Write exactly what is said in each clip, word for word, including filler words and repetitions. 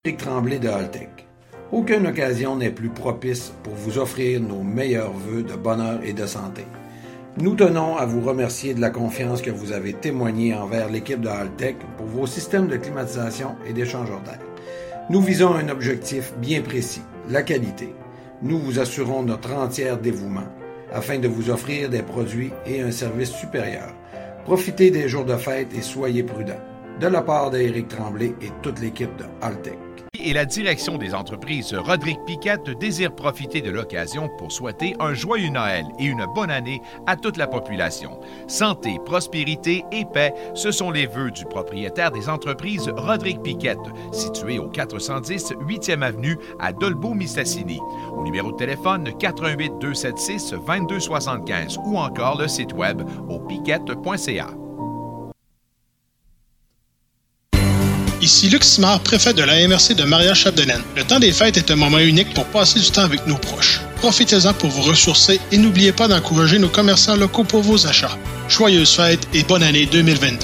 Éric Tremblay de Alltech. Aucune occasion n'est plus propice pour vous offrir nos meilleurs vœux de bonheur et de santé. Nous tenons à vous remercier de la confiance que vous avez témoignée envers l'équipe de Alltech pour vos systèmes de climatisation et d'échangeurs d'air. Nous visons un objectif bien précis, la qualité. Nous vous assurons notre entier dévouement afin de vous offrir des produits et un service supérieur. Profitez des jours de fête et soyez prudents. De la part d'Éric Tremblay et toute l'équipe de Alltech. Et la direction des entreprises Rodrigue Piquette désire profiter de l'occasion pour souhaiter un joyeux Noël et une bonne année à toute la population. Santé, prospérité et paix, ce sont les vœux du propriétaire des entreprises Rodrigue Piquette, situé au quatre cent dix huitième avenue à Dolbeau-Mistassini. Au numéro de téléphone quatre un huit deux sept six deux deux sept cinq ou encore le site web au piquette point c a. Ici Luc Simard, préfet de l'A M R C de Maria-Chapdelaine. Le temps des fêtes est un moment unique pour passer du temps avec nos proches. Profitez-en pour vous ressourcer et n'oubliez pas d'encourager nos commerçants locaux pour vos achats. Joyeuses fêtes et bonne année deux mille vingt-deux.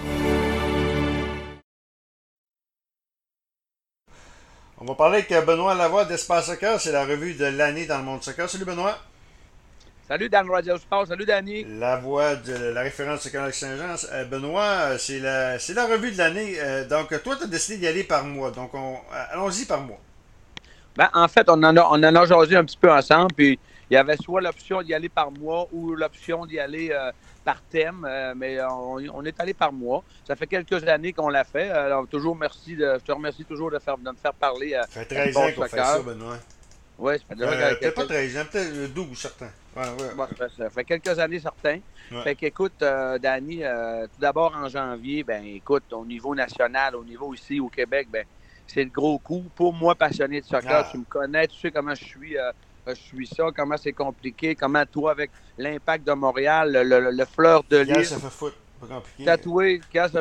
On va parler avec Benoît Lavoie d'Espace Soccer. C'est la revue de l'année dans le monde soccer. Salut Benoît. Salut Dan Radio Sport, salut Danny. La voix de la référence Soccer Saint-Jean. Euh, Benoît, c'est la, c'est la revue de l'année. Euh, donc, toi, tu as décidé d'y aller par mois. Donc, on, allons-y par mois. Ben, en fait, on en, a, on en a jasé un petit peu ensemble. Puis, il y avait soit l'option d'y aller par mois ou l'option d'y aller euh, par thème. Euh, mais on, on est allé par mois. Ça fait quelques années qu'on l'a fait. Alors, toujours merci. De, je te remercie toujours de, faire, de me faire parler. Euh, ça fait treize ans qu'on fait ça, Benoît. Oui, ça fait déjà euh, quelques... Peut-être pas treize ans, peut-être douze, certains. Ouais, ouais. Bon, ça, fait, ça fait quelques années, certains. Ouais. Fait qu'écoute, euh, Danny, euh, tout d'abord en janvier, ben écoute, au niveau national, au niveau ici au Québec, ben c'est le gros coup. Pour moi, passionné de soccer, ah. tu me connais, tu sais comment je suis, euh, je suis ça, comment c'est compliqué, comment toi, avec l'Impact de Montréal, le, le, le fleur de lys. Yeah, ça fait foot. Tatoué,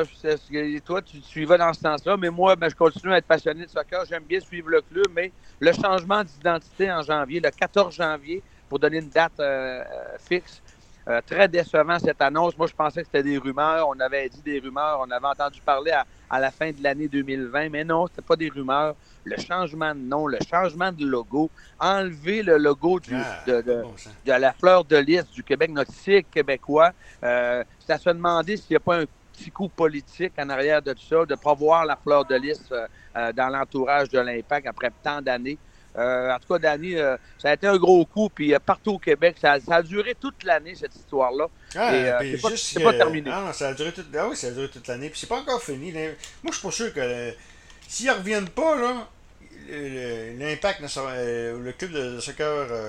toi, tu suivais dans ce sens-là, mais moi, ben, je continue à être passionné de soccer. J'aime bien suivre le club, mais le changement d'identité en janvier, le quatorze janvier, pour donner une date euh, fixe, euh, très décevant cette annonce. Moi, je pensais que c'était des rumeurs. On avait dit des rumeurs. On avait entendu parler à, à la fin de l'année deux mille vingt, mais non, c'était pas des rumeurs. Le changement de nom, le changement de logo, enlever le logo du, ah, de, de, bon de la fleur de lys du Québec, notre cycle québécois. Euh, c'est à se demander s'il n'y a pas un petit coup politique en arrière de tout ça, de ne pas voir la fleur de lys euh, euh, dans l'entourage de l'Impact après tant d'années. Euh, en tout cas, Danny, euh, ça a été un gros coup, puis euh, partout au Québec, ça, ça a duré toute l'année, cette histoire-là. Ah, et euh, c'est, pas, c'est pas terminé. Ah, ça a duré toute, ah oui, ça a duré toute l'année, puis c'est pas encore fini. Moi, je suis pas sûr que euh, s'ils ne reviennent pas, là, l'Impact, euh, le club de soccer... Euh,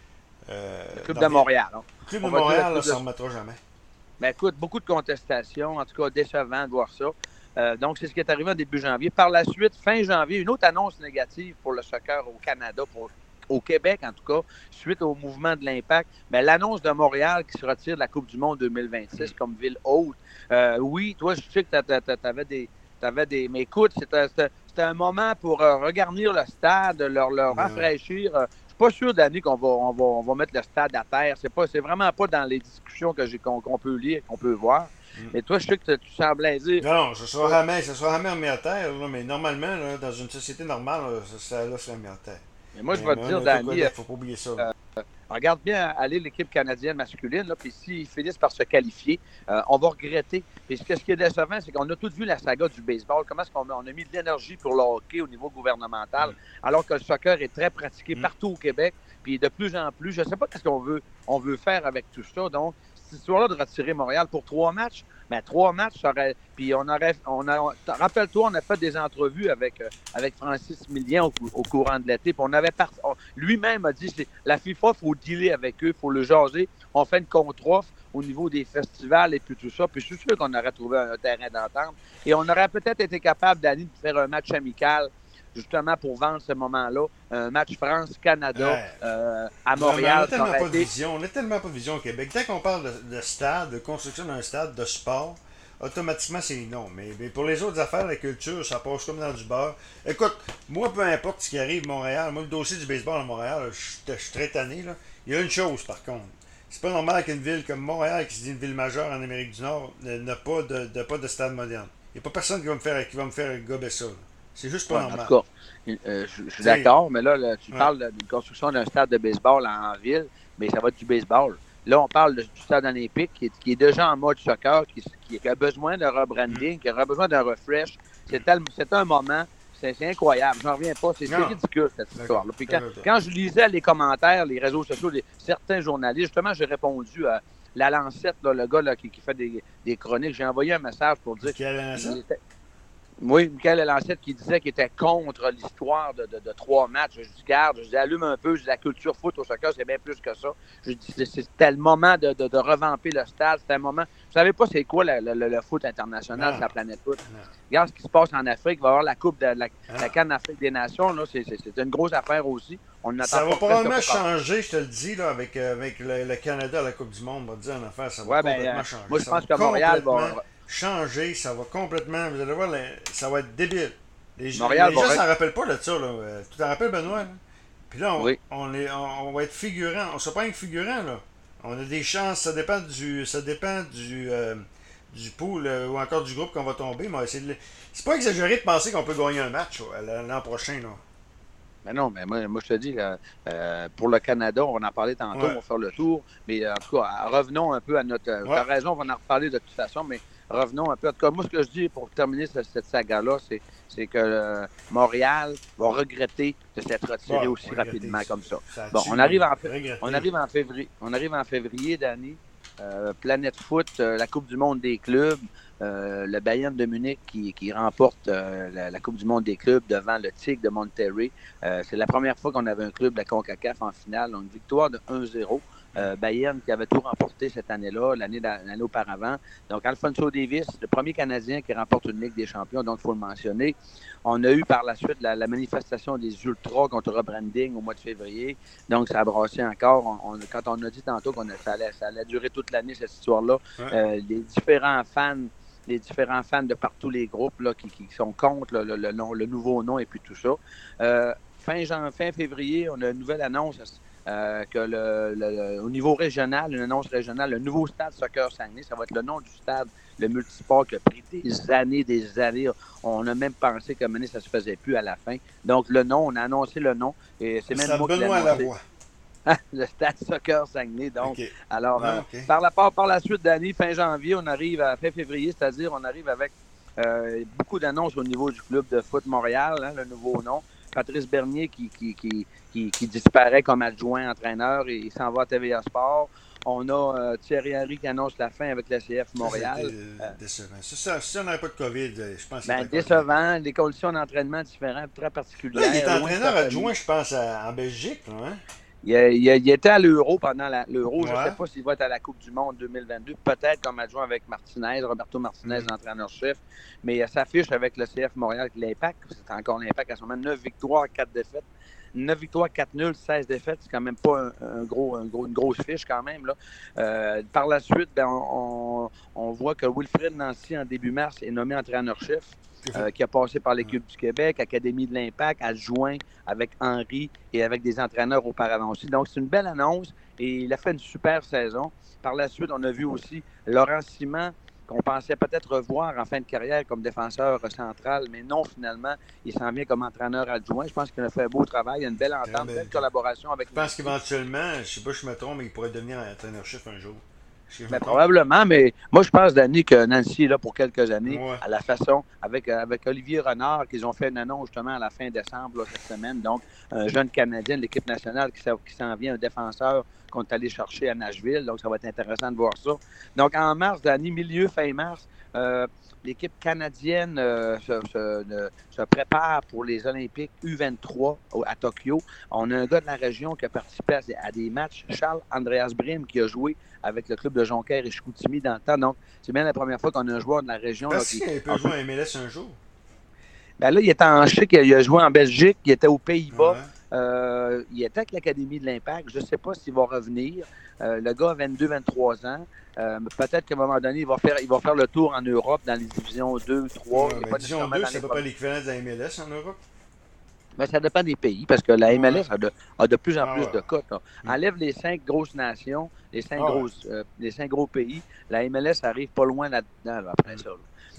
euh, le club de Montréal. Hein. Le club de Montréal, ne s'en remettra jamais. Ben écoute, beaucoup de contestations, en tout cas décevant de voir ça. Euh, donc, c'est ce qui est arrivé en début janvier. Par la suite, fin janvier, une autre annonce négative pour le soccer au Canada, pour, au Québec en tout cas, suite au mouvement de l'Impact. Mais l'annonce de Montréal qui se retire de la Coupe du Monde deux mille vingt-six comme ville haute. Euh, oui, toi, je sais que tu avais des... T'avais des... Mais écoute, c'était, c'était, c'était un moment pour euh, regarnir le stade, leur, leur ouais. rafraîchir. Euh, je suis pas sûr, Danny, qu'on va, on va, on va mettre le stade à terre. C'est, pas, c'est vraiment pas dans les discussions que j'ai, qu'on, qu'on peut lire, qu'on peut voir. Mm. Mais toi, je sais que tu semblais dire... Non, ce sera jamais, ce sera jamais mis à terre. Là, mais normalement, là, dans une société normale, là, ça là, serait mis à terre. Mais moi, je vais te dire, Danny... Il faut pas oublier ça. Euh, regarde bien aller l'équipe canadienne masculine, là, puis s'ils finissent par se qualifier, euh, on va regretter. Puis ce qui est décevant, c'est qu'on a tous vu la saga du baseball, comment est-ce qu'on a, on a mis de l'énergie pour le hockey au niveau gouvernemental, mm. alors que le soccer est très pratiqué mm. partout au Québec, puis de plus en plus, je ne sais pas ce qu'on veut, on veut faire avec tout ça. Donc, cette histoire-là de retirer Montréal pour trois matchs, mais trois matchs, ça aurait, puis on aurait, on a, rappelle-toi, on a fait des entrevues avec, euh, avec Francis Millian au, au courant de l'été, puis on avait part, on, lui-même a dit, c'est, la FIFA, il faut dealer avec eux, il faut le jaser, on fait une contre-offre au niveau des festivals et puis tout ça, puis je suis sûr qu'on aurait trouvé un, un terrain d'entente, et on aurait peut-être été capable, Danny, de faire un match amical, justement pour vendre ce moment-là, un match France-Canada ouais. euh, à Montréal. On n'a tellement pas de vision, on n'a tellement pas de vision au Québec. Dès qu'on parle de, de stade, de construction d'un stade, de sport, automatiquement c'est non. Mais, mais pour les autres affaires, la culture, ça passe comme dans du beurre. Écoute, moi, peu importe ce qui arrive à Montréal, moi, le dossier du baseball à Montréal, je suis très tanné. Là. Il y a une chose, par contre. C'est pas normal qu'une ville comme Montréal, qui se dit une ville majeure en Amérique du Nord, n'a pas de, de, pas de stade moderne. Il n'y a pas personne qui va me faire, qui va me faire gober ça. Là. C'est juste pas Ouais, normal. En tout cas, euh, je, je suis d'accord, mais là, là tu ouais. parles d'une construction d'un stade de baseball en, en ville, mais ça va être du baseball. Là, on parle de, du stade olympique qui est, qui est déjà en mode soccer, qui, qui a besoin d'un rebranding, mm. qui a besoin d'un refresh. C'est, tel, c'est un moment, c'est, c'est incroyable. J'en reviens pas. C'est, c'est ridicule, cette histoire-là. Puis quand, quand je lisais les commentaires, les réseaux sociaux, les, certains journalistes, justement, j'ai répondu à la Lancette, là, le gars là, qui, qui fait des, des chroniques. J'ai envoyé un message pour dire qu'il était... Oui, Michael Lancette qui disait qu'il était contre l'histoire de, de, de trois matchs. Je dis, garde, je dis, allume un peu, je dis, la culture foot au soccer, c'est bien plus que ça. Je dis, c'était le moment de, de, de revamper le stade. C'était un moment. Vous savez pas c'est quoi le, le, le foot international sur la planète foot. Non. Regarde ce qui se passe en Afrique. Il va y avoir la Coupe de la, la Canne Afrique des Nations. Là, c'est, c'est, c'est une grosse affaire aussi. On ça va probablement changer, je te le dis, là, avec, avec le, le Canada à la Coupe du Monde. On va dire en affaire, ça va ouais, complètement ben, changer. Moi, je ça pense que Montréal va changer, ça va complètement, vous allez voir, ça va être débile. Les, Montréal les gens va... s'en rappellent pas de ça, là. Tu t'en rappelles, Benoît? Là? Puis là, on, oui. on, est, on, on va être figurant. On ne sera pas un figurant, là. On a des chances, ça dépend du ça dépend du, euh, du pool euh, ou encore du groupe qu'on va tomber. Mais c'est, c'est pas exagéré de penser qu'on peut gagner un match là, l'an prochain, là. Mais non, mais moi, moi je te dis, là, euh, pour le Canada, on va en parler tantôt, ouais. On va faire le tour. Mais en tout cas, revenons un peu à notre... Ouais. Tu as raison, on va en reparler de toute façon, mais revenons un peu. En tout cas, moi, ce que je dis pour terminer cette, cette saga-là, c'est, c'est que euh, Montréal va regretter de s'être retiré ouais, aussi rapidement comme ça. ça bon, on arrive, en, on arrive en février. On arrive en février, Danny. Euh, Planète Foot, euh, la Coupe du monde des clubs. Euh, le Bayern de Munich qui, qui remporte euh, la, la Coupe du monde des clubs devant le Tigre de Monterrey. Euh, c'est la première fois qu'on avait un club de la CONCACAF en finale. Donc, victoire de un zéro. Euh, Bayern qui avait tout remporté cette année-là, l'année, l'année auparavant. Donc, Alphonso Davies, le premier Canadien qui remporte une Ligue des champions, donc il faut le mentionner. On a eu par la suite la, la manifestation des Ultras contre rebranding au mois de février. Donc, ça a brassé encore. On, on, quand on a dit tantôt qu'on a, ça, allait, ça allait durer toute l'année, cette histoire-là, ouais. euh, les différents fans les différents fans de partout les groupes là, qui, qui sont contre le, le, le, nom, le nouveau nom et puis tout ça. Euh, fin, janvier, fin février, on a une nouvelle annonce euh, que le, le, le, au niveau régional, une annonce régionale, le nouveau stade Soccer Saguenay, ça va être le nom du stade, le multisport qui a pris des années, des années. On a même pensé que maintenant, ça ne se faisait plus à la fin. Donc, le nom, on a annoncé le nom. Et c'est même ça moi qui l'ai annoncé. Le stade Soccer Saguenay. Donc, okay. alors, ah, okay. euh, par, la, par, par la suite d'année, fin janvier, on arrive à fin février, c'est-à-dire on arrive avec euh, beaucoup d'annonces au niveau du club de foot Montréal, hein, le nouveau nom. Patrice Bernier qui, qui, qui, qui, qui disparaît comme adjoint entraîneur et il s'en va à T V A Sport. On a euh, Thierry Henry qui annonce la fin avec la C F Montréal. C'est euh, décevant. Ça, ça, si on n'avait pas de COVID, je pense que ben, décevant, les conditions d'entraînement différentes, très particulières. Là, il est entraîneur adjoint, je pense, à, en Belgique, là, hein? Il, il, il était à l'Euro pendant la, l'Euro. Ouais. Je ne sais pas s'il va être à la Coupe du monde deux mille vingt-deux. Peut-être comme adjoint avec Martinez, Roberto Martinez, mm. l'entraîneur-chef. Mais il s'affiche avec le C F Montréal, avec l'Impact. C'est encore l'Impact à ce moment. neuf victoires, quatre défaites. neuf victoires, quatre nuls, seize défaites. C'est quand même pas un, un gros, un gros, une grosse fiche quand même. Là. Euh, par la suite, ben, on, on, on voit que Wilfrid Nancy, en début mars, est nommé entraîneur-chef. Euh, qui a passé par l'équipe du Québec, Académie de l'Impact, adjoint avec Henry et avec des entraîneurs auparavant aussi. Donc, c'est une belle annonce et il a fait une super saison. Par la suite, on a vu aussi Laurent Simon, qu'on pensait peut-être revoir en fin de carrière comme défenseur central, mais non, finalement, il s'en vient comme entraîneur adjoint. Je pense qu'il a fait un beau travail, il y a une belle entente, une belle collaboration avec Je pense qu'éventuellement, je ne sais pas si je me trompe, mais il pourrait devenir entraîneur-chef un jour. Ben, probablement, mais moi, je pense, Danny, que Nancy est là pour quelques années, ouais. à la façon, avec, avec Olivier Renard, qu'ils ont fait une annonce justement à la fin décembre, là, cette semaine. Donc, un jeune Canadien de l'équipe nationale qui, qui s'en vient, un défenseur qu'on est allé chercher à Nashville. Donc, ça va être intéressant de voir ça. Donc, en mars, Danny, milieu, fin mars, euh, l'équipe canadienne euh, se, se, se prépare pour les Olympiques U vingt-trois à Tokyo. On a un gars de la région qui a participé à des matchs, Charles Andreas Brim, qui a joué avec le club de Jonquière et Chicoutimi dans le temps. Donc, c'est bien la première fois qu'on a un joueur de la région. Est-ce qu'il peut jouer en M L S un jour? Ben là, il était en Chic, il a joué en Belgique, il était aux Pays-Bas. Ouais. Euh, il était avec l'Académie de l'Impact. Je ne sais pas s'il va revenir. Euh, le gars a vingt-deux vingt-trois ans. Euh, peut-être qu'à un moment donné, il va, faire, il va faire le tour en Europe dans les divisions deux, trois. Ouais, ben, division deux, c'est pas l'équivalent de la M L S en Europe? Ben, ça dépend des pays, parce que la M L S a de, a de plus en ah, plus ouais. de cotes. Enlève les cinq grosses nations, les cinq, ah, grosses, ouais. euh, les cinq gros pays, la M L S arrive pas loin là-dedans, là, après ça. Là.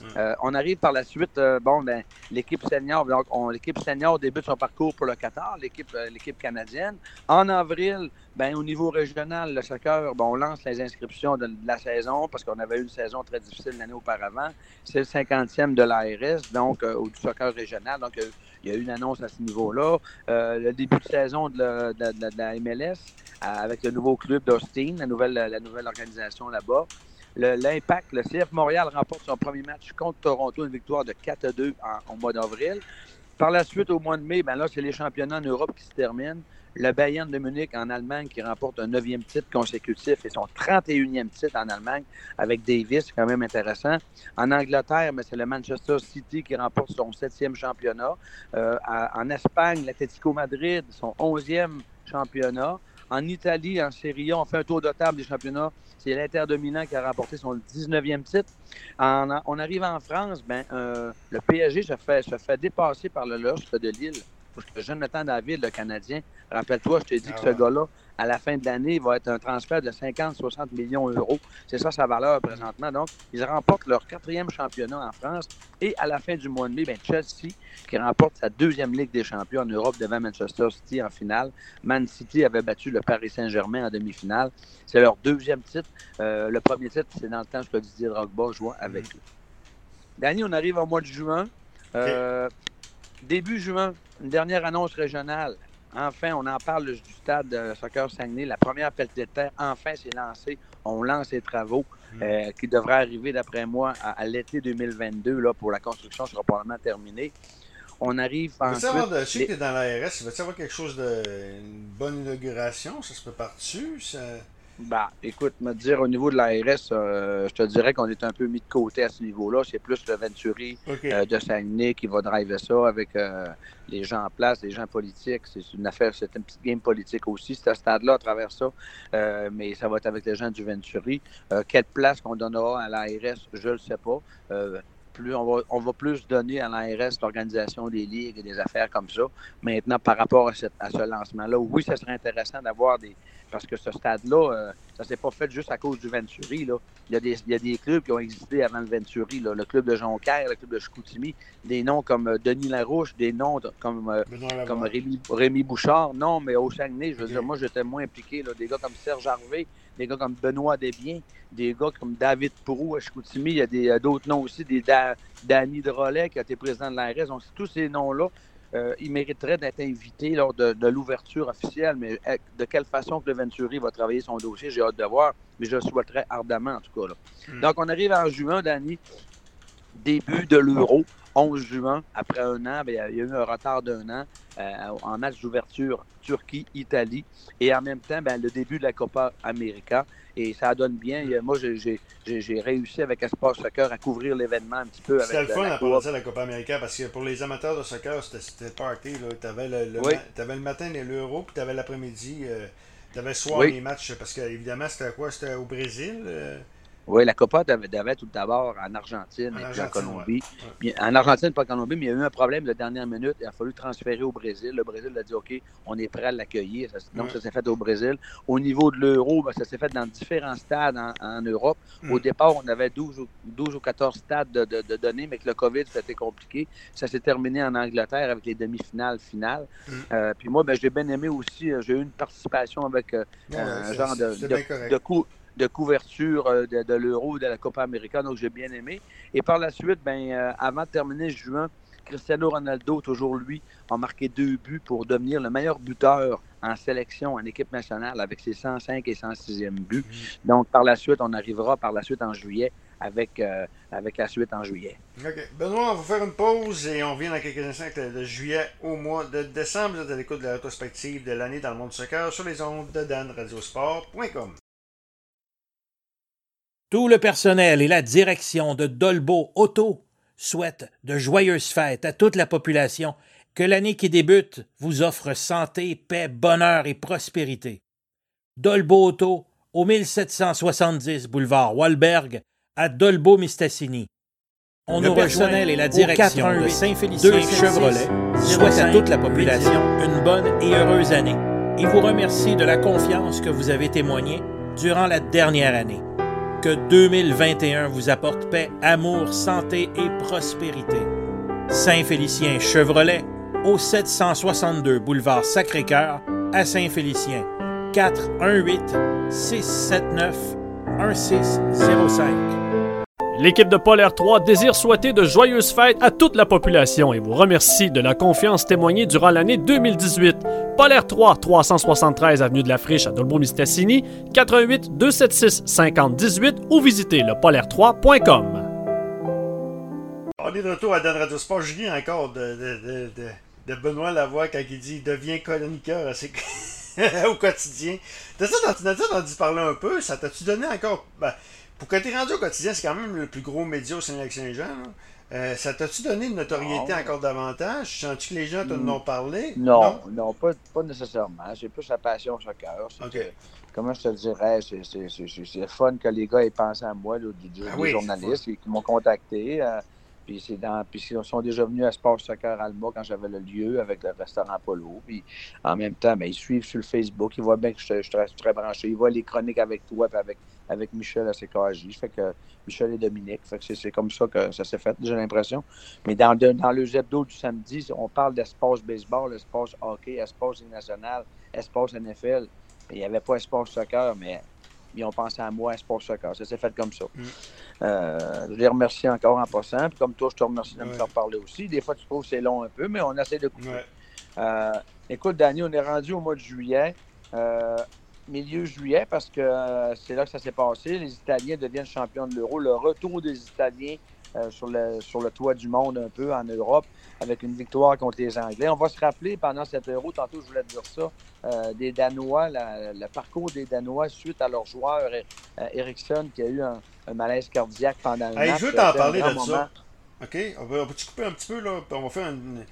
Euh, on arrive par la suite, euh, bon, ben, l'équipe senior, donc on, l'équipe senior débute son parcours pour le Qatar, l'équipe, euh, l'équipe canadienne. En avril, ben, au niveau régional, le soccer, ben, on lance les inscriptions de, de la saison parce qu'on avait eu une saison très difficile l'année auparavant. C'est le cinquantième de l'A R S, donc, euh, du soccer régional. Donc, euh, il y a eu une annonce à ce niveau-là. Euh, le début de saison de la, de, de, de la M L S euh, avec le nouveau club d'Austin, la nouvelle, la nouvelle organisation là-bas. Le, L'Impact, le C F Montréal remporte son premier match contre Toronto, une victoire de quatre à deux en, au mois d'avril. Par la suite, au mois de mai, ben là, c'est les championnats en Europe qui se terminent. Le Bayern de Munich en Allemagne qui remporte un neuvième titre consécutif et son trente et unième titre en Allemagne avec Davis, c'est quand même intéressant. En Angleterre, ben, c'est le Manchester City qui remporte son septième championnat. Euh, en Espagne, l'Atlético Madrid, son onzième championnat. En Italie, en Serie A, on fait un tour de table des championnats. C'est l'Inter de Milan qui a remporté son dix-neuvième titre. En, on arrive en France, ben, euh, le P S G se fait, se fait dépasser par le L O S C de Lille. Parce que Jonathan David, le Canadien, rappelle-toi, je t'ai dit ah que ouais. ce gars-là, à la fin de l'année, il va être un transfert de cinquante à soixante millions d'euros. C'est ça sa valeur présentement. Donc, ils remportent leur quatrième championnat en France. Et à la fin du mois de mai, ben, Chelsea, qui remporte sa deuxième Ligue des champions en Europe devant Manchester City en finale. Man City avait battu le Paris Saint-Germain en demi-finale. C'est leur deuxième titre. Euh, le premier titre, c'est dans le temps que Didier Drogba jouait avec eux. Danny, on arrive au mois de juin. Euh, okay. Début juin, une dernière annonce régionale. Enfin, on en parle du stade de soccer Saguenay. La première pelletée de terre, enfin, c'est lancé. On lance les travaux mmh. euh, qui devraient arriver, d'après moi, à, à l'été deux mille vingt-deux. Là, pour la construction sera probablement terminée. On arrive ensuite... De, je sais les... que tu es dans l'A R S. Veux-tu avoir quelque chose de... une bonne inauguration? Ça se prépare-tu? Ça... Bah, écoute, me dire au niveau de l'A R S, euh, je te dirais qu'on est un peu mis de côté à ce niveau-là. C'est plus le Venturi okay. euh, de Saguenay qui va driver ça avec euh, les gens en place, les gens politiques. C'est une affaire, c'est une petite game politique aussi, ce stade-là, à travers ça. Euh, mais ça va être avec les gens du Venturi. Euh, quelle place qu'on donnera à l'A R S, je ne le sais pas. Euh, Plus, on, va, on va plus donner à l'A R S l'organisation des ligues et des affaires comme ça. Maintenant, par rapport à, cette, à ce lancement-là, oui, ça serait intéressant d'avoir des... Parce que ce stade-là, euh, ça ne s'est pas fait juste à cause du Venturi. Là. Il, y a des, il y a des clubs qui ont existé avant le Venturi. Là. Le club de Jonquière, le club de Chicoutimi, des noms comme euh, Denis Larouche, des noms de, comme, euh, comme Rémi, Rémi Bouchard. Non, mais au Saguenay, je veux okay. dire, moi, j'étais moins impliqué. Là. Des gars comme Serge Harvey, des gars comme Benoît Desbiens, des gars comme David Proulx à Chicoutimi. Il y a des, d'autres noms aussi, des da, Danny Drolet qui a été président de l'A R S. Donc, tous ces noms-là, Euh, il mériterait d'être invité lors de, de l'ouverture officielle, mais de quelle façon que le Venturi va travailler son dossier, j'ai hâte de voir, mais je le souhaiterais ardemment en tout cas. Là. Mm. Donc, on arrive en juin, Danny, début de l'Euro, onze juin, après un an, bien, il y a eu un retard d'un an euh, en match d'ouverture Turquie, Italie, et en même temps, bien, le début de la Copa América. Et ça donne bien. Moi, j'ai, j'ai, j'ai réussi avec Espace Soccer à couvrir l'événement un petit peu. C'était le fun à parler de la Copa América parce que pour les amateurs de soccer, c'était, c'était party. Tu avais le, le, oui. ma- le matin l'Euro, puis tu avais l'après-midi, euh, tu avais le soir oui. les matchs. Parce que, évidemment, c'était quoi? C'était au Brésil? Euh... Oui, la Copa devait, devait tout d'abord en Argentine en et Argentine, en Colombie. Ouais. Ouais. En Argentine, pas en Colombie, mais il y a eu un problème de dernière minute. Il a fallu transférer au Brésil. Le Brésil a dit OK, on est prêt à l'accueillir. Ça, donc, ouais. ça s'est fait au Brésil. Au niveau de l'Euro, ben, ça s'est fait dans différents stades en, en Europe. Mm. Au départ, on avait douze ou quatorze stades de, de, de données, mais que le COVID, c'était compliqué. Ça s'est terminé en Angleterre avec les demi-finales, finales. Mm. Euh, puis moi, ben, j'ai bien aimé aussi. J'ai eu une participation avec euh, ouais, un genre de, de, de coup. de couverture de, de l'Euro, de la Copa América, donc j'ai bien aimé. Et par la suite, ben, euh, avant de terminer juin, Cristiano Ronaldo, toujours lui, a marqué deux buts pour devenir le meilleur buteur en sélection en équipe nationale avec ses cent cinq et cent sixième buts. Mmh. Donc par la suite, on arrivera par la suite en juillet avec, euh, avec la suite en juillet. OK. Benoît, on va faire une pause et on vient dans quelques instants avec le juillet au mois de décembre. Vous êtes à l'écoute de la rétrospective de l'année dans le monde du soccer sur les ondes de dan radiosport point com. Tout le personnel et la direction de Dolbeau Auto souhaitent de joyeuses fêtes à toute la population. Que l'année qui débute vous offre santé, paix, bonheur et prospérité. Dolbeau Auto, au mille sept cent soixante-dix boulevard Walberg, à Dolbeau-Mistassini. On le nous personnel et la direction de Saint-Félicien Chevrolet souhaitent à toute la population une bonne et heureuse année et vous remercie de la confiance que vous avez témoignée durant la dernière année. Que deux mille vingt et un vous apporte paix, amour, santé et prospérité. Saint-Félicien Chevrolet, au sept cent soixante-deux boulevard Sacré-Cœur, à Saint-Félicien. quatre un huit, six sept neuf, un six zéro cinq. L'équipe de Polaire trois désire souhaiter de joyeuses fêtes à toute la population et vous remercie de la confiance témoignée durant l'année deux mille dix-huit. Polaire trois, trois cent soixante-treize avenue de la Friche à Dolbeau-Mistassini, quatre un huit, deux sept six, cinq zéro un huit ou visitez le polaire trois point com. On est de retour à Dan Radio Sport. Je lis encore de, de, de, de, de Benoît Lavoie quand il dit « Deviens chroniqueur à ses... au quotidien ». T'as ça dans, t'as entendu parler un peu? Ça t'a-tu donné encore... Ben, pour que t'es rendu au quotidien, c'est quand même le plus gros média au Saint-Lac-Saint-Jean. Euh, ça t'a-tu donné une notoriété non. encore davantage? Sens-tu que les gens t'en ont parlé? Non, non, non pas, pas nécessairement. C'est plus la passion soccer. C'est okay. que, comment je te dirais, c'est, c'est, c'est, c'est, c'est fun que les gars aient pensé à moi, là, du, du, ah, des oui, journalistes qui, qui m'ont contacté. Euh, Puis, c'est dans, puis ils sont déjà venus à Sport Soccer Alma quand j'avais le lieu avec le restaurant Polo. Puis en même temps, ben, ils suivent sur le Facebook. Ils voient bien que je, je, je, je suis très branché. Ils voient les chroniques avec toi et avec, avec Michel à C K J. Fait que Michel et Dominique. Fait que c'est, c'est comme ça que ça s'est fait, j'ai l'impression. Mais dans, de, dans le hebdo du samedi, on parle d'espace baseball, espace hockey, espace national, espace N F L. Il n'y avait pas espace soccer, mais ils ont pensé à moi, Sport Soccer. Ça s'est fait comme ça. Mm. Euh, je les remercie encore en passant. Puis comme toi, je te remercie de ouais. me faire parler aussi. Des fois, tu trouves que c'est long un peu, mais on essaie de couper. Ouais. Euh, écoute, Danny, on est rendu au mois de juillet. Euh, milieu juillet, parce que euh, c'est là que ça s'est passé. Les Italiens deviennent champions de l'Euro. Le retour des Italiens euh, sur, le, sur le toit du monde un peu en Europe, avec une victoire contre les Anglais. On va se rappeler pendant cet Euro, tantôt je voulais te dire ça, euh, des Danois, la, le parcours des Danois suite à leur joueur euh, Eriksson qui a eu un, un malaise cardiaque pendant un hey, match. Je veux t'en parler de moment. ça. OK? On va, on va-tu couper un petit peu, là? On va faire une...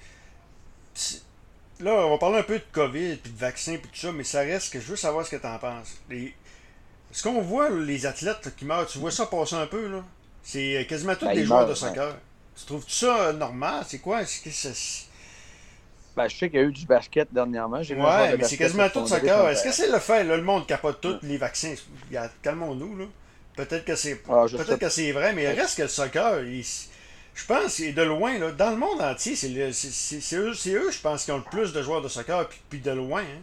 Là, on va parler un peu de COVID, puis de vaccins, puis tout ça, mais ça reste que je veux savoir ce que t'en penses. Les... Ce qu'on voit, les athlètes là, qui meurent, tu vois ça passer un peu, là? C'est quasiment tous ben, des joueurs meurt, de soccer. Ouais. Tu trouves ça normal? C'est quoi? Est-ce que ça... Ben, je sais qu'il y a eu du basket dernièrement. J'ai ouais, mais c'est quasiment tout soccer. Est-ce que c'est le fait? Là, le monde capote tout, les vaccins. Calmons-nous, là. Peut-être que c'est ah, peut-être que c'est vrai, mais il reste que le soccer, il... je pense, et de loin, là, dans le monde entier, c'est, le... c'est, c'est, c'est, eux, c'est eux, je pense, qui ont le plus de joueurs de soccer, puis, puis de loin. Hein.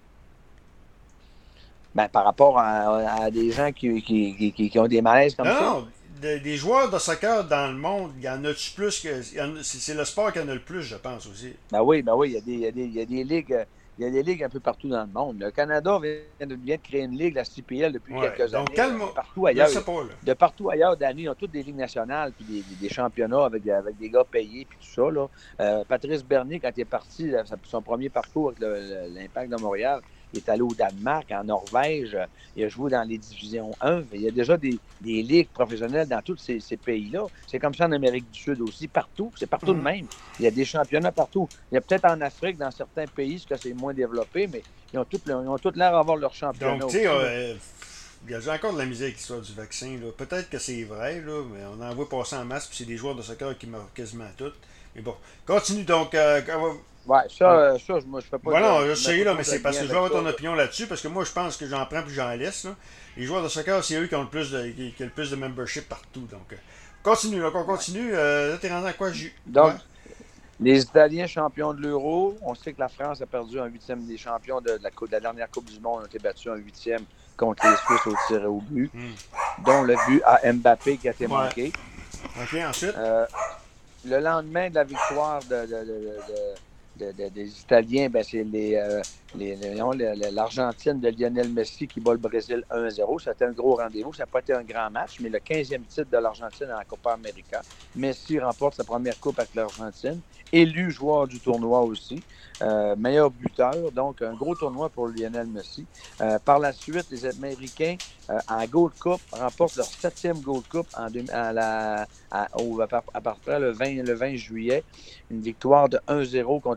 Ben, par rapport à, à des gens qui, qui, qui, qui ont des malaises comme non, ça? Non, de, des joueurs de soccer dans le monde, il y en a-tu plus que... A, c'est, c'est le sport qui en a le plus, je pense, aussi. Ben oui, ben oui, il y a des, il y a des, il y a des ligues... Il y a des ligues un peu partout dans le monde. Le Canada vient de, vient de créer une ligue, la C P L, depuis ouais, quelques donc années. Calme... Partout ailleurs, pas, de partout ailleurs, Danny, ils ont toutes des ligues nationales puis des, des, des championnats avec, avec des gars payés puis tout ça. Là. Euh, Patrice Bernier, quand il est parti, là, son premier parcours avec le, le, l'Impact de Montréal, il est allé au Danemark, en Norvège, il a joué dans les divisions un. Il y a déjà des, des ligues professionnelles dans tous ces, ces pays-là. C'est comme ça en Amérique du Sud aussi, partout. C'est partout mm-hmm. de même. Il y a des championnats partout. Il y a peut-être en Afrique, dans certains pays, parce que c'est moins développé, mais ils ont tous tout l'air d'avoir leur championnat. Donc, tu sais, euh, il y a encore de la misère avec l'histoire du vaccin. Là. Peut-être que c'est vrai, là, mais on en voit passer en masse, puis c'est des joueurs de soccer qui meurent quasiment toutes. Mais bon, continue donc. Euh, Ouais, ça, ouais. ça, moi, je fais pas... Voilà, de, je sais, là, mais c'est parce que je veux avoir ton opinion là-dessus, parce que moi, je pense que j'en prends puis j'en laisse, là. Les joueurs de soccer, c'est eux qui ont le plus de, qui, qui ont le plus de membership partout, donc... Euh, continue, là, on continue. Euh, là, t'es rendu à quoi, J... Donc, ouais. Les Italiens champions de l'Euro, on sait que la France a perdu un huitième des champions de la, de la dernière Coupe du Monde, ont été battus un huitième contre les Suisses au tir au but, mm. dont le but à Mbappé qui a été ouais. manqué. OK, ensuite? Euh, le lendemain de la victoire de... de, de, de De, de, des Italiens, ben c'est les, euh, les, les, l'Argentine de Lionel Messi qui bat le Brésil un à zéro. C'était un gros rendez-vous. Ça n'a pas été un grand match, mais le quinzième titre de l'Argentine en Copa América. Messi remporte sa première coupe avec l'Argentine. Élu joueur du tournoi aussi. Euh, meilleur buteur. Donc, un gros tournoi pour Lionel Messi. Euh, par la suite, les Américains, euh, en Gold Cup, remportent leur septième Gold Cup en deux, à la, à, au, à, à partir le vingt, le vingt juillet. Une victoire de un à zéro contre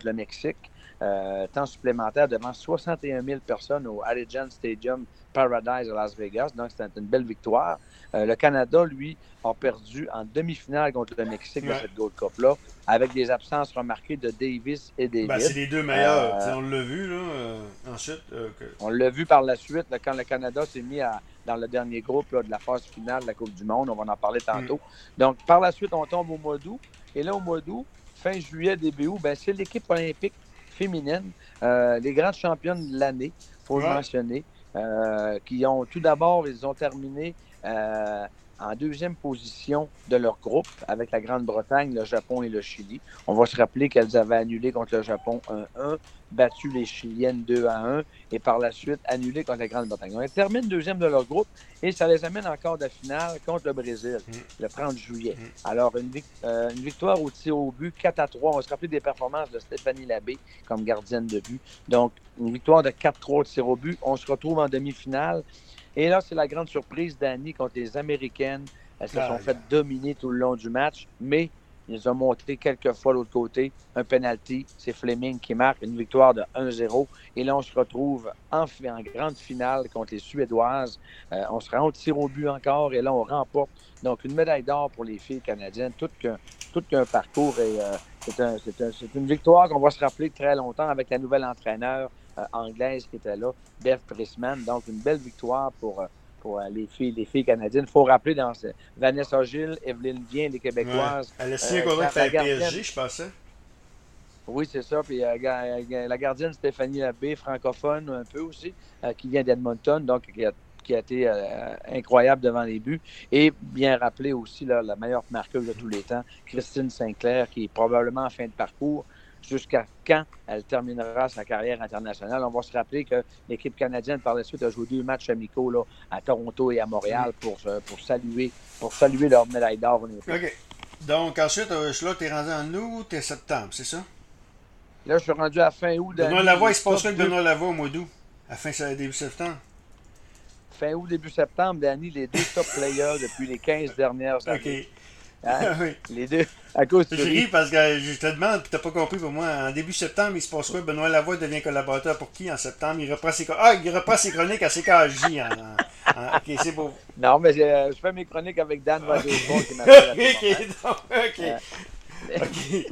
le Mexique. Euh, temps supplémentaire devant soixante et un mille personnes au Allegiant Stadium Paradise à Las Vegas. Donc, c'était une belle victoire. Euh, le Canada, lui, a perdu en demi-finale contre le Mexique ouais. de cette Gold Cup-là, avec des absences remarquées de Davis et David. Ben, c'est les deux meilleurs. Euh, on l'a vu, là, euh, ensuite. Euh, que... On l'a vu par la suite, là, quand le Canada s'est mis à, dans le dernier groupe là, de la phase finale de la Coupe du Monde. On va en parler tantôt. Mm. Donc, par la suite, on tombe au mois d'août. Et là, au mois d'août, fin juillet, début août, ben, c'est l'équipe olympique féminine, euh, les grandes championnes de l'année, il faut ouais. le mentionner, euh, qui ont tout d'abord, ils ont terminé euh, en deuxième position de leur groupe avec la Grande-Bretagne, le Japon et le Chili. On va se rappeler qu'elles avaient annulé contre le Japon un un, battu les Chiliennes deux à un et par la suite annulé contre la Grande-Bretagne. On termine deuxième de leur groupe et ça les amène encore de finale contre le Brésil mmh. le trente juillet. Mmh. Alors, une, euh, une victoire au tir au but quatre à trois. On va se rappeler des performances de Stéphanie Labbé comme gardienne de but. Donc, une victoire de quatre trois au tir au but. On se retrouve en demi-finale. Et là, c'est la grande surprise d'Annie contre les Américaines. Elles se ah, sont faites dominer tout le long du match, mais ils ont monté quelques fois de l'autre côté. Un penalty, c'est Fleming qui marque une victoire de un zéro. Et là, on se retrouve en, en grande finale contre les Suédoises. Euh, on se rend au tir au but encore et là, on remporte. Donc, une médaille d'or pour les filles canadiennes. Tout qu'un, tout qu'un parcours. Et euh, c'est, un, c'est, un, c'est une victoire qu'on va se rappeler très longtemps avec la nouvelle entraîneur euh, anglaise qui était là, Bev Priestman. Donc, une belle victoire pour... Euh, pour les filles, les filles canadiennes. Il faut rappeler dans ce... Vanessa Gilles, Evelyne Vien, les Québécoises. Ouais. Elle a signé un contrat avec la P S G, je pensais. Oui, c'est ça. Puis euh, la gardienne Stéphanie Labbé, francophone un peu aussi, euh, qui vient d'Edmonton, donc qui a, qui a été euh, incroyable devant les buts. Et bien rappelé aussi là, la meilleure marqueuse de tous les temps, Christine Sinclair, qui est probablement en fin de parcours. Jusqu'à quand elle terminera sa carrière internationale. On va se rappeler que l'équipe canadienne, par la suite, a joué deux matchs amicaux là, à Toronto et à Montréal pour, pour, saluer, pour saluer leur médaille d'or. OK. Donc, ensuite, là, tu es rendu en août, tu es septembre, c'est ça? Là, je suis rendu à fin août. Benoît Lavoie, il se passe quoi avec Benoît Lavoie au mois d'août? À fin début septembre? Fin août, début septembre, Danny, les deux top players depuis les quinze dernières années. OK. Hein? Oui. Les deux. À cause de je ris parce que je te demande, tu n'as pas compris pour moi. En début septembre, il se passe quoi? Benoît Lavoie devient collaborateur pour qui en septembre? Il reprend ses, ah, il reprend ses chroniques à C K J. En, en, en, ok, c'est beau. Non, mais je, je fais mes chroniques avec Dan Vadosbon qui m'appelle. Ok, donc, ok. Euh, okay.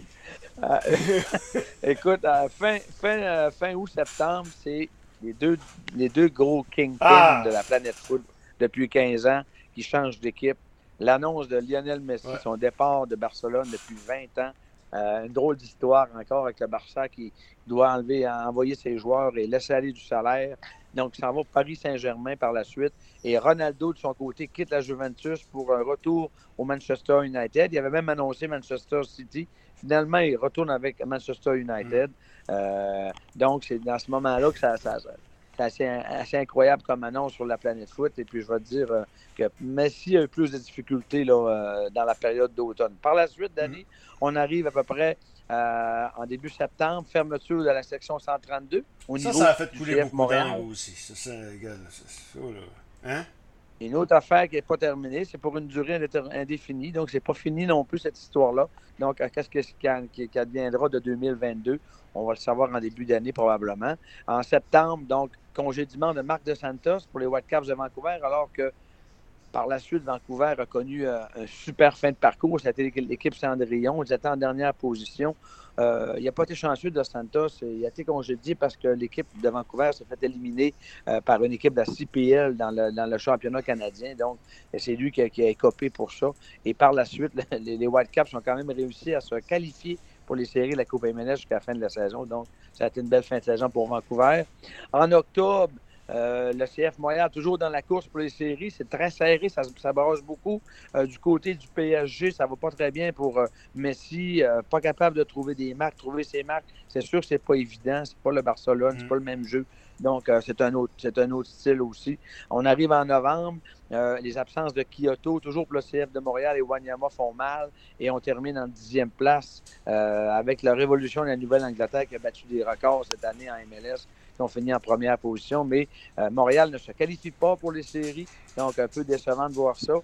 euh, écoute, euh, fin, fin, euh, fin août-septembre, c'est les deux, les deux gros kingpins ah. de la planète foot depuis quinze ans qui changent d'équipe. L'annonce de Lionel Messi, ouais. son départ de Barcelone depuis vingt ans. Euh, une drôle d'histoire encore avec le Barça qui doit enlever, envoyer ses joueurs et laisser aller du salaire. Donc, il s'en va au Paris Saint-Germain par la suite. Et Ronaldo, de son côté, quitte la Juventus pour un retour au Manchester United. Il avait même annoncé Manchester City. Finalement, il retourne avec Manchester United. Mm. Euh, donc, c'est dans ce moment-là que ça... ça, ça c'est assez, assez incroyable comme annonce sur la planète foot. Et puis, je vais te dire euh, que Messi a eu plus de difficultés là, euh, dans la période d'automne. Par la suite, Danny, mm-hmm. on arrive à peu près euh, en début septembre, fermeture de la section cent trente-deux. Au ça, niveau ça a fait couler C F beaucoup Montréal. d'eau aussi. Ça, ça, regarde, ça, ça, là. Hein? Une autre affaire qui n'est pas terminée, c'est pour une durée indéfinie. Donc, c'est pas fini non plus, cette histoire-là. Donc, qu'est-ce qui, qui adviendra de deux mille vingt-deux? On va le savoir en début d'année, probablement. En septembre, donc, congédiement de Marc Dos Santos pour les Whitecaps de Vancouver, alors que par la suite, Vancouver a connu euh, un super fin de parcours. C'était l'équipe Cendrillon. Ils étaient en dernière position. Euh, il n'a pas été chanceux de Dos Santos. Il a été congédié parce que l'équipe de Vancouver s'est fait éliminer euh, par une équipe de la C P L dans le, dans le championnat canadien. Donc, c'est lui qui a, qui a écopé pour ça. Et par la suite, les, les Whitecaps ont quand même réussi à se qualifier pour les séries de la Coupe M L S jusqu'à la fin de la saison. Donc, ça a été une belle fin de saison pour Vancouver. En octobre, euh, le C F Montréal, toujours dans la course pour les séries. C'est très serré, ça, ça barrage beaucoup. Euh, du côté du P S G, ça va pas très bien pour euh, Messi. Euh, pas capable de trouver des marques, trouver ses marques. C'est sûr que c'est pas évident. C'est pas le Barcelone, mm. c'est pas le même jeu. Donc, euh, c'est un autre, c'est un autre style aussi. On arrive en novembre. Euh, les absences de Kyoto, toujours pour le C F de Montréal et Wanyama font mal. Et on termine en dixième place euh, avec la révolution de la Nouvelle-Angleterre qui a battu des records cette année en M L S, qui ont fini en première position. Mais euh, Montréal ne se qualifie pas pour les séries. Donc, un peu décevant de voir ça.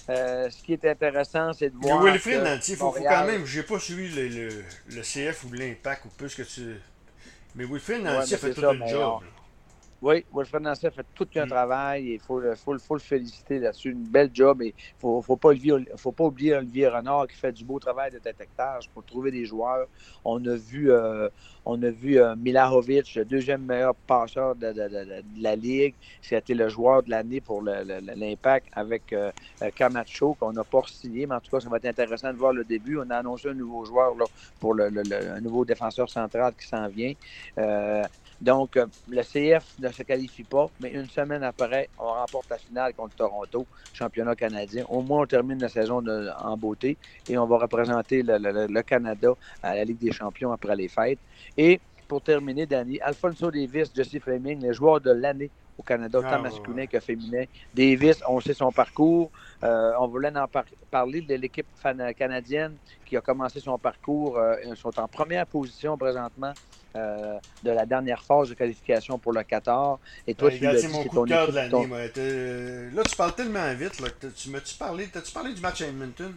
Euh, ce qui est intéressant, c'est de voir. Mais Wilfrid Nancy, il faut, Montréal... faut quand même. J'ai pas suivi le, le, le C F ou l'Impact ou plus que tu. Mais Wilfrid Nancy ouais, a fait tout ça, un job. On... Oui, Wilfrid Nancy a fait tout un mm. travail et il faut, faut, faut le féliciter là-dessus. Une belle job. Il ne faut, faut, pas faut pas oublier Olivier Renard qui fait du beau travail de détectage pour trouver des joueurs. On a vu, euh, on a vu euh, Milahovic, le deuxième meilleur passeur de, de, de, de la Ligue. C'était le joueur de l'année pour le, le, l'Impact avec euh, Camacho, qu'on n'a pas signé. Mais en tout cas, ça va être intéressant de voir le début. On a annoncé un nouveau joueur là, pour le, le, le, un nouveau défenseur central qui s'en vient. Euh, Donc, euh, le C F ne se qualifie pas, mais une semaine après, on remporte la finale contre Toronto, championnat canadien. Au moins, on termine la saison de, en beauté et on va représenter le, le, le Canada à la Ligue des champions après les fêtes. Et pour terminer, Danny, Alphonso Davis, Jesse Fleming, les joueurs de l'année au Canada, tant ah, masculin ouais. que féminin. Davis, on sait son parcours. Euh, on voulait en par- parler de l'équipe canadienne qui a commencé son parcours. Euh, ils sont en première position présentement. Euh, de la dernière phase de qualification pour le Qatar. Et toi, ouais, tu regarde, c'est mon coup de cœur de l'année. Ton... Moi. Là, tu parles tellement vite. Là, tu m'as-tu parlé, t'as-tu parlé du match à Edmonton?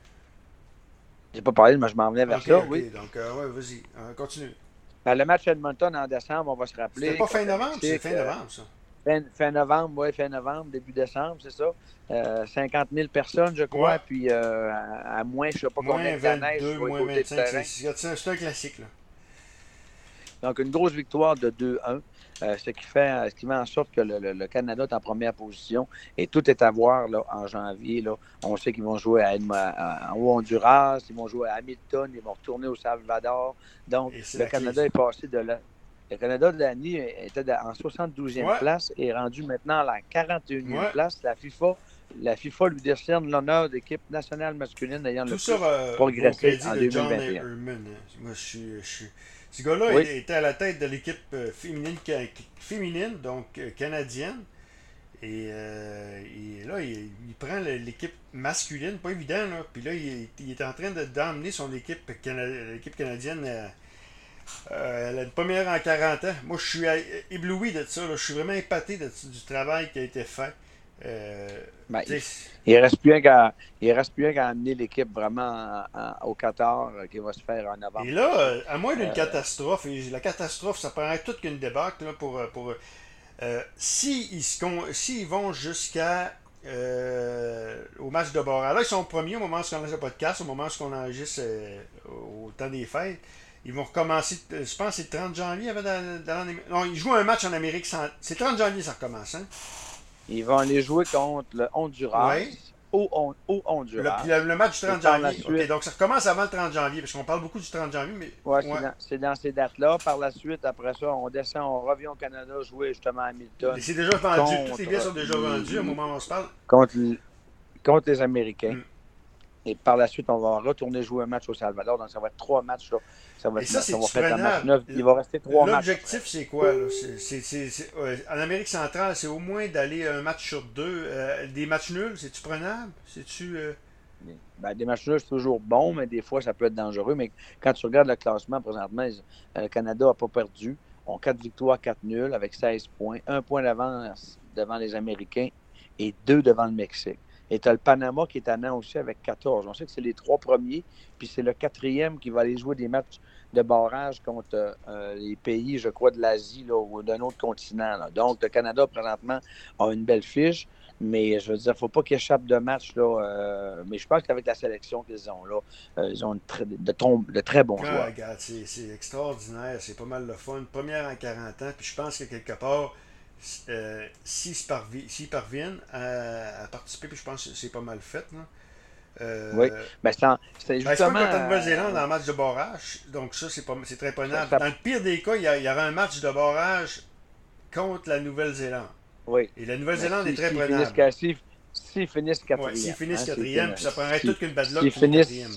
J'ai pas parlé, mais je m'en venais vers okay, ça, okay. oui. Donc, euh, ouais, vas-y, euh, continue. Ben, le match à Edmonton en décembre, on va se rappeler. C'était pas fin novembre? C'est fin novembre, ça. Fin, fin novembre, oui, fin novembre, début décembre, c'est ça. Euh, cinquante mille personnes, je crois, ouais. puis euh, à, à moins, je sais pas moins combien de neige. Moins vingt-cinq, c'est, c'est un classique, là. Donc, une grosse victoire de deux un, euh, ce, qui fait, ce qui fait en sorte que le, le, le Canada est en première position et tout est à voir là, en janvier. Là. On sait qu'ils vont jouer à, à, à, au Honduras, ils vont jouer à Hamilton, ils vont retourner au Salvador. Donc, le Canada est passé de là. Le Canada de l'année était en soixante-douzième ouais. place et est rendu maintenant à la quarante et unième ouais. place. La FIFA, la FIFA lui décerne l'honneur d'équipe nationale masculine ayant tout le ça, plus euh, progressé en deux mille vingt et un. Herman, moi, je suis... Je suis... Ce gars-là oui. était à la tête de l'équipe euh, féminine, féminine, donc euh, canadienne. Et, euh, et là, il, il prend le, l'équipe masculine, pas évident, là. Puis là, il, il est en train de, d'emmener son équipe, cana, l'équipe canadienne euh, euh, la première en quarante ans. Moi, je suis ébloui de ça. Là. Je suis vraiment épaté de, du travail qui a été fait. Euh, ben, il, il reste plus qu'à il reste plus qu'à amener l'équipe vraiment en, en, au Qatar euh, qui va se faire en novembre. Et là, à moins d'une euh, catastrophe, et la catastrophe, ça paraît toute qu'une débâcle là, pour, pour euh, s'ils si si vont jusqu'à euh, au match de barrage. Là, ils sont premiers au moment où on enregistre le podcast, au moment où on enregistre euh, au temps des fêtes. Ils vont recommencer, je pense que c'est le trente janvier. Dans, dans non, ils jouent un match en Amérique. C'est trente janvier, ça recommence, hein? Ils vont aller jouer contre le Honduras. Oui. Au, au Honduras. Le, le, le match du trente janvier. Suite... Okay, donc ça recommence avant le trente janvier, parce qu'on parle beaucoup du trente janvier. Mais... Ouais, ouais, c'est dans, dans ces dates-là. Par la suite, après ça, on descend, on revient au Canada jouer justement à Hamilton. Et c'est déjà vendu. Toutes les billets sont déjà vendus au moment où on se parle. Contre, contre les Américains. Mm. Et par la suite, on va retourner jouer un match au Salvador. Donc, ça va être trois matchs. Là. Ça va Et être, ça, c'est ça va faire un match neuf. Il va rester trois matchs. L'objectif, c'est quoi? Là? C'est, c'est, c'est, c'est, ouais, en Amérique centrale, c'est au moins d'aller un match sur deux. Euh, des matchs nuls, c'est-tu prenable? C'est-tu... Euh... Ben, des matchs nuls, c'est toujours bon, mais des fois, ça peut être dangereux. Mais quand tu regardes le classement, présentement, le Canada n'a pas perdu. On a quatre victoires, quatre nuls, avec seize points. Un point d'avance devant les Américains et deux devant le Mexique. Et tu as le Panama qui est tannant aussi avec quatorze. On sait que c'est les trois premiers, puis c'est le quatrième qui va aller jouer des matchs de barrage contre euh, les pays, je crois, de l'Asie là, ou d'un autre continent. Là. Donc, le Canada, présentement, a une belle fiche, mais je veux dire, il ne faut pas qu'ils échappent de match. Là, euh, mais je pense qu'avec la sélection qu'ils ont là, euh, ils ont très, de, tombe, de très bons ah, joueurs. Regarde, c'est, c'est extraordinaire, c'est pas mal le fun. Première en quarante ans, puis je pense que quelque part, Euh, s'ils, parvi- s'ils parviennent à, à participer, puis je pense que c'est pas mal fait. Là. Euh, oui, ben, c'est, c'est justement... Ben, c'est pas contre la Nouvelle-Zélande dans le match de barrage, donc ça, c'est, pas, c'est très prenable. Ça... Dans le pire des cas, il y, a, il y aura un match de barrage contre la Nouvelle-Zélande. Oui. Et la Nouvelle-Zélande si, est très si prenable. Finissent, s'ils, s'ils finissent quatrième. Ouais, s'ils finissent hein, quatrième, puis ça prendrait si, toute qu'une bad luck si pour le quatrième.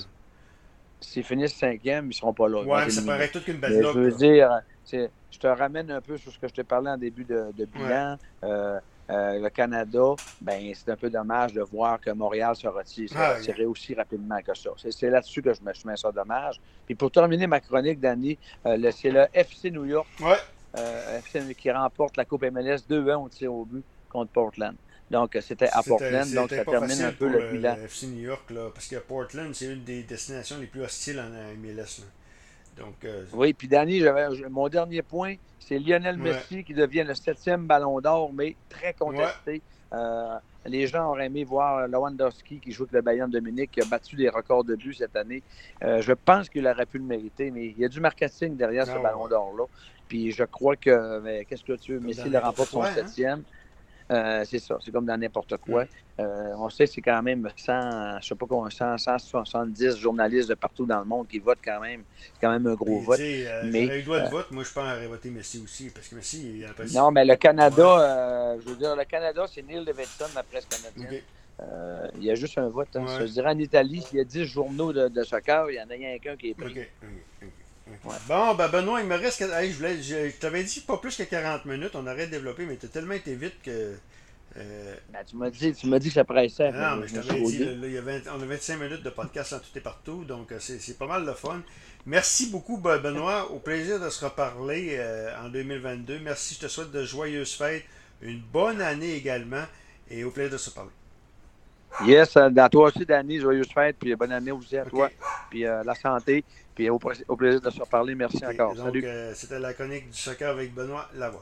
S'ils finissent cinquième, ils seront pas là. Ouais, ça prendrait toute qu'une bad luck. Je veux là. dire... C'est, je te ramène un peu sur ce que je t'ai parlé en début de, de bilan. Ouais. Euh, euh, le Canada, ben c'est un peu dommage de voir que Montréal se retire, se ah, retirait yeah. aussi rapidement que ça. C'est, c'est là-dessus que je me, je mets ça dommage. Puis pour terminer ma chronique, Danny, euh, le, c'est le F C New York ouais. euh, F C qui remporte la Coupe M L S deux un au tir au but contre Portland. Donc, c'était à C'était- Portland. Donc, c'était ça pas termine facile un peu pour le le, bilan. le F C New York, là, parce que Portland, c'est une des destinations les plus hostiles en M L S. Là. Donc, euh, Oui, puis Danny, j'avais, mon dernier point, c'est Lionel Ouais. Messi qui devient le septième ballon d'or, mais très contesté. Euh, les gens auraient aimé voir Lewandowski qui joue avec le Bayern de Munich, qui a battu des records de buts cette année. Euh, je pense qu'il aurait pu le mériter, mais il y a du marketing derrière Ah ce ouais. ballon d'or-là. Puis je crois que, mais qu'est-ce que tu veux, Comme Messi dans le remporte son n'importe quoi, hein? septième. Euh, c'est ça, c'est comme dans n'importe quoi. Mm. Euh, on sait que c'est quand même cent, je sais pas combien, cent, cent soixante-dix journalistes de partout dans le monde qui votent quand même. C'est quand même un gros Puis, vote. tu sais, euh, Mais, j'aurais eu le droit de euh, vote, moi je pense à voter Messi aussi, parce que Messi, il a pas Non, mais le Canada, euh, je veux dire, le Canada, c'est Neil Davidson, la presse canadienne. Ok. Euh, il y a juste un vote. Hein. Ouais. Je dirais en Italie, s'il y a dix journaux de, de soccer, il y en a rien qu'un qui est pris. Ok, ok, ok, ok. Ouais. Bon, ben Benoît, il me reste. que- Hey, je, voulais... je... je t'avais dit pas plus que quarante minutes, on aurait développé, mais t'as tellement été vite que. Euh... Ben, tu m'as dit, tu m'as dit que ça pressait. Non, mais je me t'avais suis dit, rodé. là, il y avait, on a vingt-cinq minutes de podcast en tout et partout, donc euh, c'est, c'est pas mal de fun. Merci beaucoup, Ben- Benoît. Au plaisir de se reparler euh, en deux mille vingt-deux. Merci, je te souhaite de joyeuses fêtes, une bonne année également, et au plaisir de se parler. Yes, euh, à toi aussi, Danny, joyeuse fête, puis bonne année aussi à Ok. toi, puis euh, la santé, puis au, au plaisir de se reparler. Merci Ok, encore. donc, Salut. euh, c'était la chronique du soccer avec Benoît Lavoie.